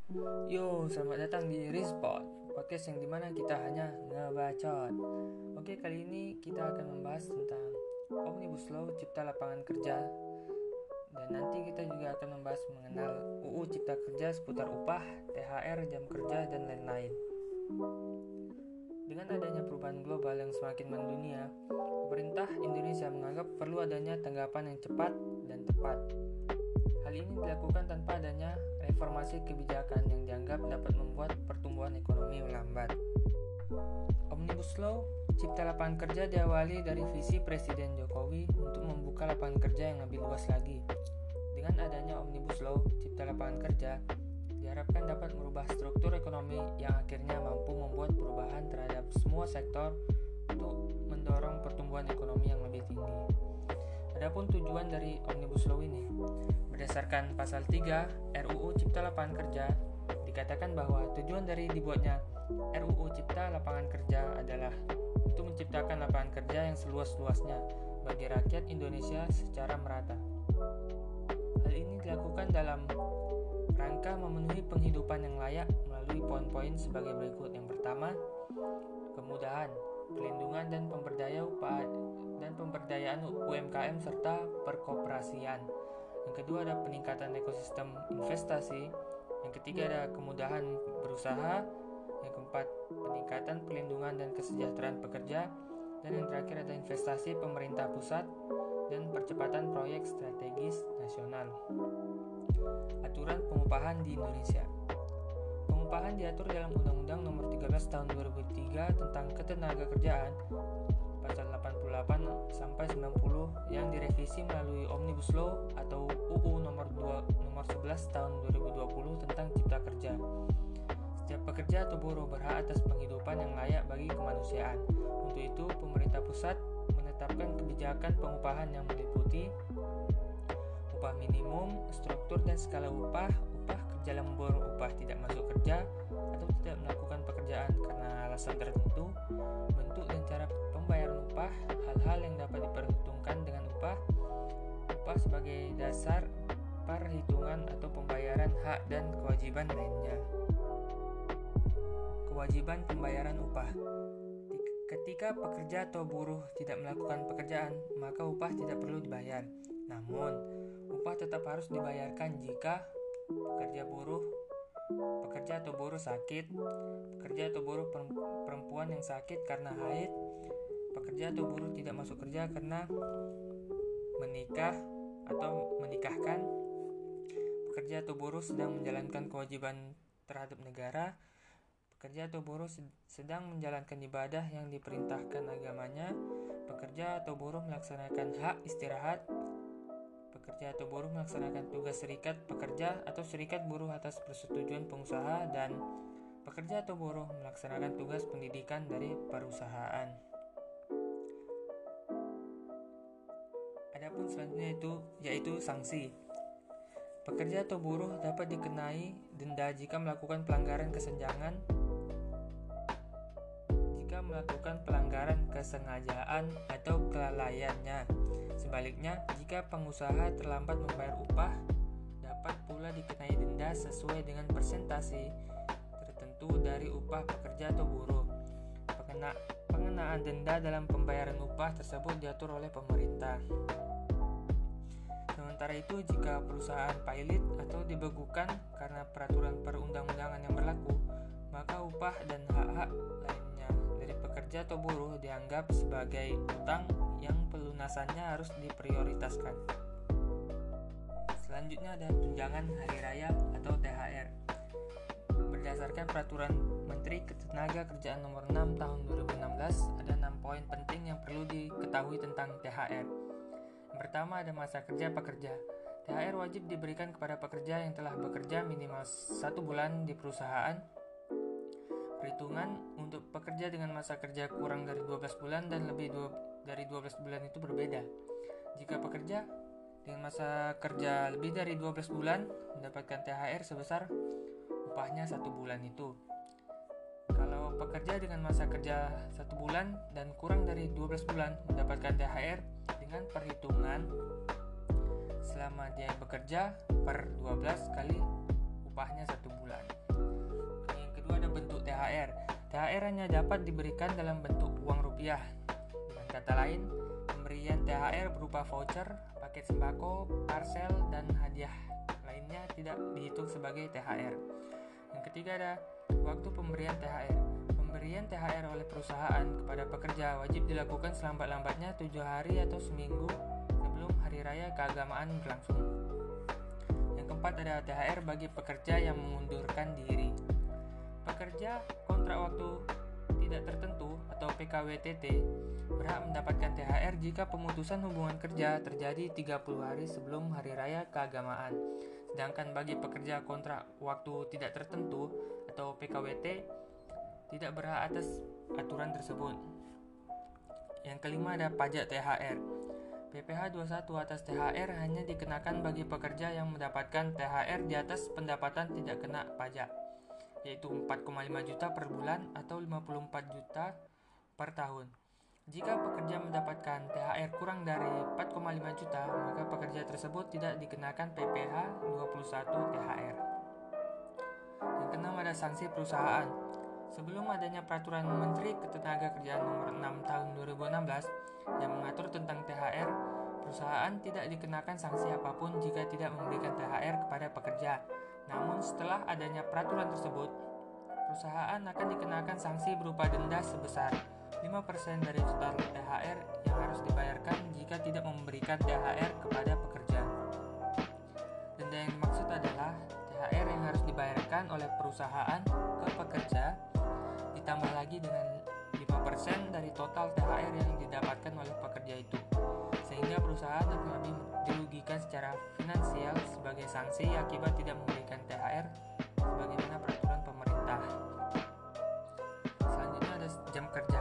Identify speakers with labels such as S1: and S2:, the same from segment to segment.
S1: Selamat datang di Respot, podcast yang dimana kita hanya ngebacot. Oke, kali ini kita akan membahas tentang Omnibus Law Cipta Lapangan Kerja. Dan nanti kita juga akan membahas mengenal UU Cipta Kerja seputar upah, THR, jam kerja, dan lain-lain. Dengan adanya perubahan global yang semakin mendunia, pemerintah Indonesia menganggap perlu adanya tanggapan yang cepat dan tepat. Hal ini dilakukan tanpa adanya reformasi kebijakan yang dianggap dapat membuat pertumbuhan ekonomi melambat. Omnibus Law Cipta Lapangan Kerja diawali dari visi Presiden Jokowi untuk membuka lapangan kerja yang lebih luas lagi. Dengan adanya Omnibus Law Cipta Lapangan Kerja, diharapkan dapat merubah struktur ekonomi yang akhirnya mampu membuat perubahan terhadap semua sektor untuk mendorong pertumbuhan ekonomi yang lebih tinggi. Adapun tujuan dari Omnibus Law ini, berdasarkan pasal 3 RUU Cipta Lapangan Kerja, dikatakan bahwa tujuan dari dibuatnya RUU Cipta Lapangan Kerja adalah untuk menciptakan lapangan kerja yang seluas-luasnya bagi rakyat Indonesia secara merata. Hal ini dilakukan dalam rangka memenuhi penghidupan yang layak melalui poin-poin sebagai berikut. Yang pertama, kemudahan, perlindungan dan pemberdayaan UMKM serta perkoperasian. Yang kedua ada peningkatan ekosistem investasi. Yang ketiga ada kemudahan berusaha. Yang keempat, peningkatan perlindungan dan kesejahteraan pekerja. Dan yang terakhir ada investasi pemerintah pusat dan percepatan proyek strategis nasional. Aturan pengupahan di Indonesia. Pengupahan diatur dalam Undang-Undang Nomor 13 Tahun 2003 tentang Ketenagakerjaan pasal 88 sampai 90 yang direvisi melalui Omnibus Law atau UU nomor 11 tahun 2020 tentang Cipta Kerja. Setiap pekerja atau buruh berhak atas penghidupan yang layak bagi kemanusiaan. Untuk itu, pemerintah pusat menetapkan kebijakan pengupahan yang meliputi upah minimum, struktur dan skala upah kerja lembur, upah tidak masuk kerja atau tidak melakukan pekerjaan karena alasan tertentu, bentuk dan cara pembayaran upah, hal-hal yang dapat diperhitungkan dengan upah sebagai dasar perhitungan atau pembayaran hak dan kewajiban lainnya. Kewajiban pembayaran upah. Ketika pekerja atau buruh tidak melakukan pekerjaan, maka upah tidak perlu dibayar. Namun, upah tetap harus dibayarkan jika pekerja atau buruh sakit, pekerja atau buruh perempuan yang sakit karena haid, pekerja atau buruh tidak masuk kerja karena menikah atau menikahkan, pekerja atau buruh sedang menjalankan kewajiban terhadap negara, pekerja atau buruh sedang menjalankan ibadah yang diperintahkan agamanya, pekerja atau buruh melaksanakan hak istirahat, pekerja atau buruh melaksanakan tugas serikat pekerja atau serikat buruh atas persetujuan pengusaha, dan pekerja atau buruh melaksanakan tugas pendidikan dari perusahaan. Adapun selanjutnya yaitu sanksi. Pekerja atau buruh dapat dikenai denda jika melakukan pelanggaran kesengajaan atau kelalaiannya. Sebaliknya, jika pengusaha terlambat membayar upah, dapat pula dikenai denda sesuai dengan persentase tertentu dari upah pekerja atau buruh. Pengenaan denda dalam pembayaran upah tersebut diatur oleh pemerintah. Sementara itu, jika perusahaan pilot atau dibekukan karena peraturan perundang-undangan yang berlaku, maka upah dan hak-hak lainnya dari pekerja atau buruh dianggap sebagai utang yang pelunasannya harus diprioritaskan. Selanjutnya ada tunjangan hari raya atau THR. Berdasarkan peraturan Menteri Ketenagakerjaan Nomor 6 Tahun 2016, ada 6 poin penting yang perlu diketahui tentang THR. Yang pertama ada masa kerja pekerja. THR wajib diberikan kepada pekerja yang telah bekerja minimal 1 bulan di perusahaan. Perhitungan untuk pekerja dengan masa kerja kurang dari 12 bulan dan lebih dari 12 bulan itu berbeda. Jika pekerja dengan masa kerja lebih dari 12 bulan mendapatkan THR sebesar upahnya 1 bulan itu. Kalau pekerja dengan masa kerja 1 bulan dan kurang dari 12 bulan mendapatkan THR dengan perhitungan selama dia bekerja per 12 kali upahnya 1 bulan. THR. THR hanya dapat diberikan dalam bentuk uang rupiah. Dengan kata lain, pemberian THR berupa voucher, paket sembako, parcel, dan hadiah lainnya tidak dihitung sebagai THR. Yang ketiga ada waktu pemberian THR. Pemberian THR oleh perusahaan kepada pekerja wajib dilakukan selambat-lambatnya 7 hari atau seminggu sebelum hari raya keagamaan berlangsung. Yang keempat ada THR bagi pekerja yang mengundurkan diri. Pekerja kontrak waktu tidak tertentu atau PKWTT berhak mendapatkan THR jika pemutusan hubungan kerja terjadi 30 hari sebelum hari raya keagamaan. Sedangkan bagi pekerja kontrak waktu tidak tertentu atau PKWT tidak berhak atas aturan tersebut. Yang kelima ada pajak THR. PPh 21 atas THR hanya dikenakan bagi pekerja yang mendapatkan THR di atas pendapatan tidak kena pajak, yaitu 4,5 juta per bulan atau 54 juta per tahun. Jika pekerja mendapatkan THR kurang dari 4,5 juta, maka pekerja tersebut tidak dikenakan PPh 21 THR. Yang keenam ada sanksi perusahaan. Sebelum adanya peraturan Menteri Ketenagakerjaan nomor 6 tahun 2016 yang mengatur tentang THR, perusahaan tidak dikenakan sanksi apapun jika tidak memberikan THR kepada pekerja. Namun setelah adanya peraturan tersebut, perusahaan akan dikenakan sanksi berupa denda sebesar 5% dari total THR yang harus dibayarkan jika tidak memberikan THR kepada pekerja. Denda yang dimaksud adalah THR yang harus dibayarkan oleh perusahaan ke pekerja ditambah lagi dengan 5% dari total THR yang didapatkan oleh pekerja itu, sehingga perusahaan akan lebih dirugikan secara finansial sebagai sanksi akibat tidak memberikan THR sebagaimana peraturan pemerintah. Selanjutnya ada jam kerja.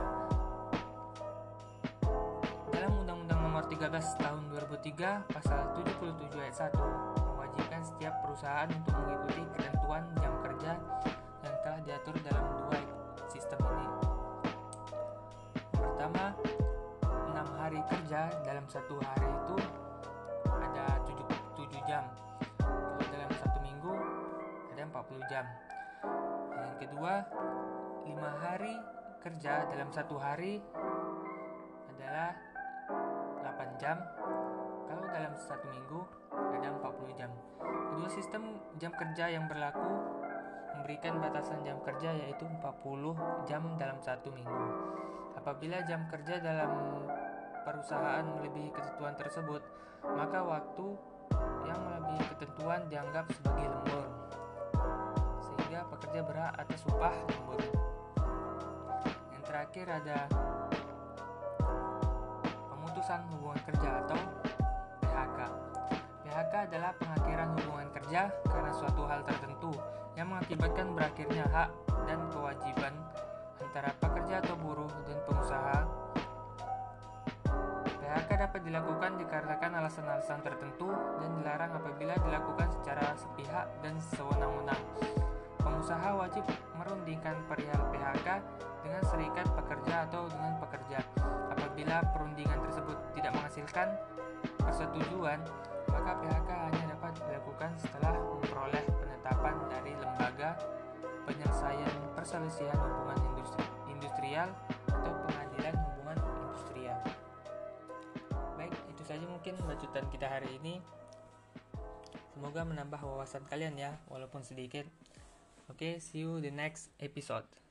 S1: Dalam Undang-Undang Nomor 13 Tahun 2003 Pasal 77 Ayat 1 mewajibkan setiap perusahaan untuk mengikuti ketentuan jam kerja yang telah diatur dalam dua sistem ini. Pertama, 6 hari kerja dalam satu hari itu ada 7 jam. Kalau dalam satu minggu ada 40 jam. Yang kedua, 5 hari kerja dalam satu hari adalah 8 jam. Kalau dalam satu minggu ada 40 jam. Kedua sistem jam kerja yang berlaku memberikan batasan jam kerja yaitu 40 jam dalam satu minggu. Apabila jam kerja dalam perusahaan melebihi ketentuan tersebut, maka waktu yang melebihi ketentuan dianggap sebagai lembur, sehingga pekerja berhak atas upah lembur. Yang terakhir ada pemutusan hubungan kerja atau PHK. PHK adalah pengakhiran hubungan kerja karena suatu hal tertentu yang mengakibatkan berakhirnya hak dan kewajiban antara pekerja atau buruh dan pengusaha. PHK dapat dilakukan dikarenakan alasan-alasan tertentu dan dilarang apabila dilakukan secara sepihak dan sewenang-wenang. Pengusaha wajib merundingkan perihal PHK dengan serikat pekerja atau dengan pekerja. Apabila perundingan tersebut tidak menghasilkan persetujuan, maka PHK hanya dapat dilakukan setelah memperoleh penetapan dari lembaga penyelesaian perselisihan hubungan industrial atau pengadilan hubungan industrial. Baik, itu saja mungkin bacotan kita hari ini. Semoga menambah wawasan kalian ya, walaupun sedikit. Oke, see you the next episode.